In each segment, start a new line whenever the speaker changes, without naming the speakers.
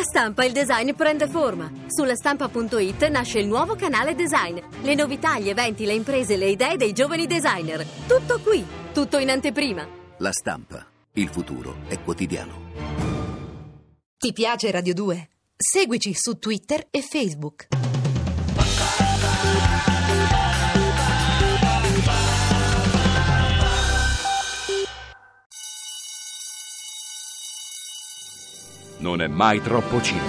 Stampa il design prende forma. Sulla stampa.it nasce il nuovo canale design. Le novità, gli eventi, le imprese, le idee dei giovani designer. Tutto qui, tutto in anteprima.
La Stampa. Il futuro è quotidiano.
Ti piace Radio 2? Seguici su Twitter e Facebook.
Non è mai troppo cinema.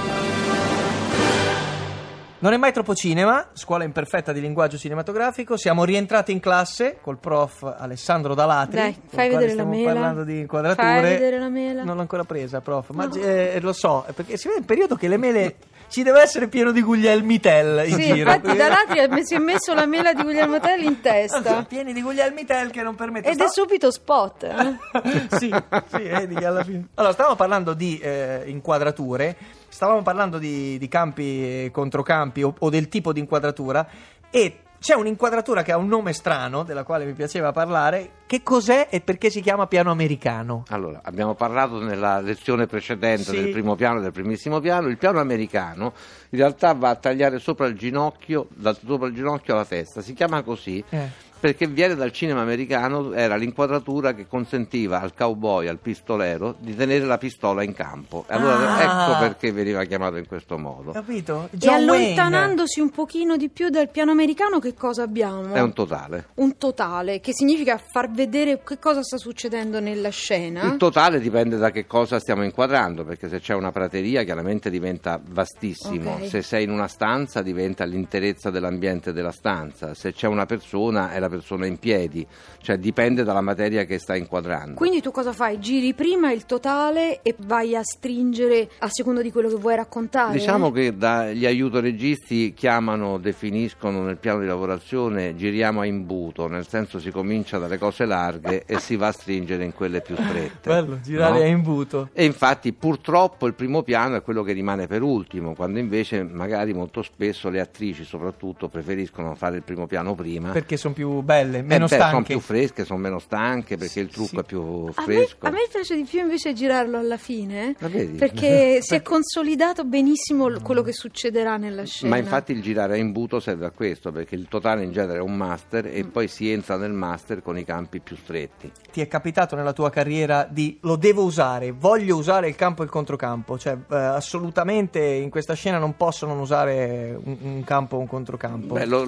Non è mai troppo cinema, scuola imperfetta di linguaggio cinematografico. Siamo rientrati in classe col prof Alessandro Dalatri.
Dai, fai vedere la mela.
Stiamo parlando di inquadrature.
Fai vedere la mela.
Non l'ho ancora presa, prof. Ma
No.
lo so, perché si vede in periodo che le mele ci deve essere pieno di Guglielmi Tell in
Sì,
giro.
infatti Dalatri si è messo la mela di Guglielmo Tell in testa.
Pieni di Guglielmi Tell che non permettono.
Ed è subito spot.
sì, vedi che alla fine. Allora, stavamo parlando di inquadrature, stavamo parlando di campi e controcampi o del tipo di inquadratura, e c'è un'inquadratura che ha un nome strano, della quale mi piaceva parlare. Che cos'è e perché si chiama piano americano?
Allora, abbiamo parlato nella lezione precedente
Sì.
del primo piano e del primissimo piano. Il piano americano in realtà va a tagliare sopra il ginocchio, sopra il ginocchio alla testa. Si chiama così perché viene dal cinema americano, era l'inquadratura che consentiva al cowboy, al pistolero, di tenere la pistola in campo. E allora ecco perché veniva chiamato in questo modo.
Capito?
E
John
allontanandosi un pochino di più dal piano americano, che cosa abbiamo?
È un totale.
Un totale, che significa far vedere che cosa sta succedendo nella scena.
Il totale dipende da che cosa stiamo inquadrando, perché se c'è una prateria chiaramente diventa vastissimo,
Ok.
se sei in una stanza diventa l'interezza dell'ambiente della stanza, se c'è una persona è la persona in piedi, cioè dipende dalla materia che stai inquadrando.
Quindi tu cosa fai? Giri prima il totale e vai a stringere a seconda di quello che vuoi raccontare?
Diciamo che gli aiutoregisti definiscono nel piano di lavorazione giriamo a imbuto, nel senso si comincia dalle cose larghe e si va a stringere in quelle più strette.
Bello, girare a imbuto.
E infatti purtroppo il primo piano è quello che rimane per ultimo, quando invece magari molto spesso le attrici soprattutto preferiscono fare il primo piano prima.
Perché sono più belle, meno
Sono
stanche.
più fresche, sono meno stanche perché il trucco
Sì.
è più
A
fresco.
me piace di più invece girarlo alla fine,
La vedi?
perché si è consolidato benissimo quello che succederà nella scena.
Ma infatti il girare a imbuto serve a questo, perché il totale in genere è un master e poi si entra nel master con i campi più stretti.
Ti è capitato nella tua carriera di lo devo usare, voglio usare il campo e il controcampo? Cioè assolutamente in questa scena non posso non usare un campo o un controcampo?
Beh, lo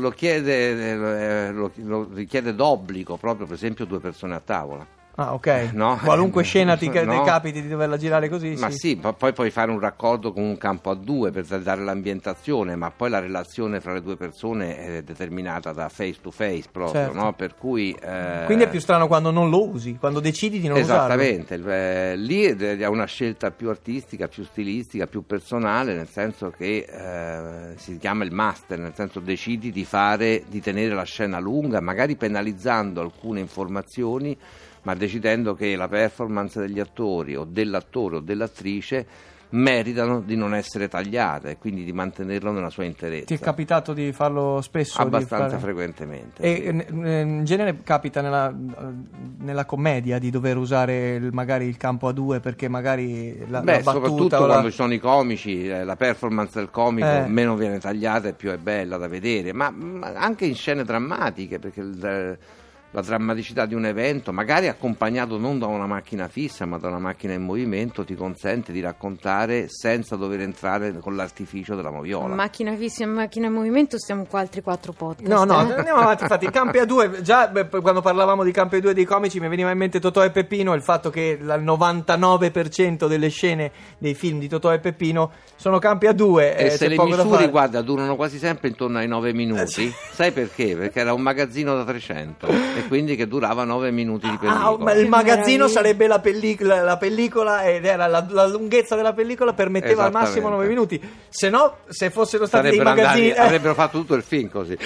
richiede d'obbligo proprio, per esempio, due persone a tavola.
Ah, ok.
No.
Qualunque scena ti
No.
capiti di doverla girare così?
Ma sì, poi puoi fare un raccordo con un campo a due per dare l'ambientazione, ma poi la relazione fra le due persone è determinata da face to face proprio,
Certo.
no? Per cui
Quindi è più strano quando non lo usi, quando decidi di non usarlo.
esattamente, lì è una scelta più artistica, più stilistica, più personale, nel senso che si chiama il master, nel senso decidi di tenere la scena lunga, magari penalizzando alcune informazioni, ma decidendo che la performance degli attori o dell'attore o dell'attrice meritano di non essere tagliate e quindi di mantenerlo nella sua interezza.
Ti è capitato di farlo spesso?
Abbastanza frequentemente.
E
sì.
in genere capita nella commedia di dover usare magari il campo a due perché magari la battuta
soprattutto quando ci sono i comici, la performance del comico meno viene tagliata e più è bella da vedere, ma anche in scene drammatiche, perché la drammaticità di un evento, magari accompagnato non da una macchina fissa ma da una macchina in movimento, ti consente di raccontare senza dover entrare con l'artificio della moviola.
Macchina fissa e macchina in movimento, stiamo qua altri 4 podcast.
No, andiamo avanti. Infatti i campi a due, già quando parlavamo di campi a due dei comici mi veniva in mente Totò e Peppino, il fatto che il 99% delle scene dei film di Totò e Peppino sono campi a due
e se
c'è
le
poco da
misure,
fare.
guarda, durano quasi sempre intorno ai 9 minuti. Sai perché? Perché era un magazzino da 300 e quindi che durava 9 minuti di pellicola.
Ma il
Che
magazzino
meraviglia.
sarebbe la pellicola ed era la lunghezza della pellicola permetteva al massimo 9 minuti. Se no, se fossero stati dei magazzini
avrebbero fatto tutto il film così.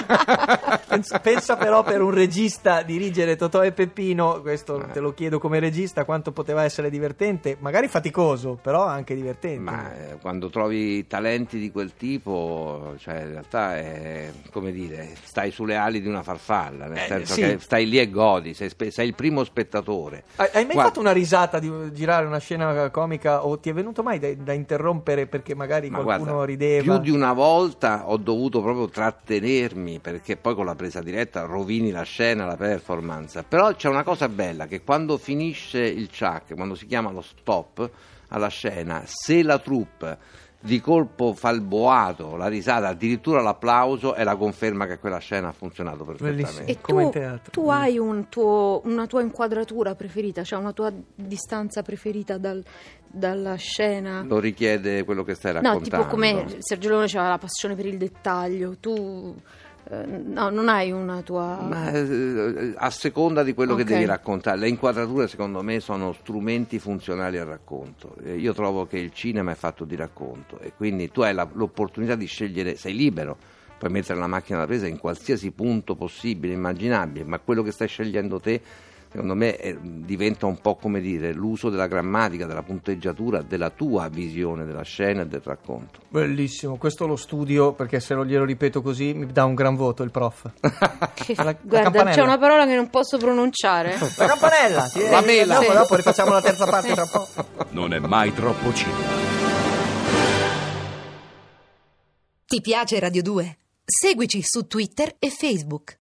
Pensa però per un regista dirigere Totò e Peppino, questo te lo chiedo come regista, quanto poteva essere divertente, magari faticoso, però anche divertente.
Ma quando trovi talenti di quel tipo, cioè in realtà è come dire, stai sulle ali di una farfalla, nel senso perché stai lì e godi, sei il primo spettatore.
Hai mai fatto una risata di girare una scena comica, o ti è venuto mai da interrompere perché magari qualcuno rideva?
Più di una volta ho dovuto proprio trattenermi, perché poi con la presa diretta rovini la scena, la performance. Però c'è una cosa bella, che quando finisce il chuck, quando si chiama lo stop alla scena, se la troupe di colpo fa il boato, la risata, addirittura l'applauso, è la conferma che quella scena ha funzionato perfettamente.
Bellissimo.
E
Come in teatro.
tu hai una tua inquadratura preferita, cioè una tua distanza preferita dalla scena?
Lo richiede quello che stai raccontando.
No, tipo come Sergio Leone aveva la passione per il dettaglio, tu... no, non hai una tua...
A seconda di quello che
Okay.
devi raccontare. Le inquadrature secondo me sono strumenti funzionali al racconto. Io trovo che il cinema è fatto di racconto, e quindi tu hai l'opportunità di scegliere, sei libero, puoi mettere la macchina da presa in qualsiasi punto possibile, immaginabile, ma quello che stai scegliendo te, secondo me, diventa un po', come dire, l'uso della grammatica, della punteggiatura, della tua visione della scena e del racconto.
Bellissimo, questo lo studio, perché se non glielo ripeto così mi dà un gran voto il prof. La
Guarda,
campanella.
c'è una parola che non posso pronunciare.
La campanella, sì,
La mela.
dopo rifacciamo la terza parte tra poco.
Non è mai troppo cinema.
Ti piace Radio 2? Seguici su Twitter e Facebook.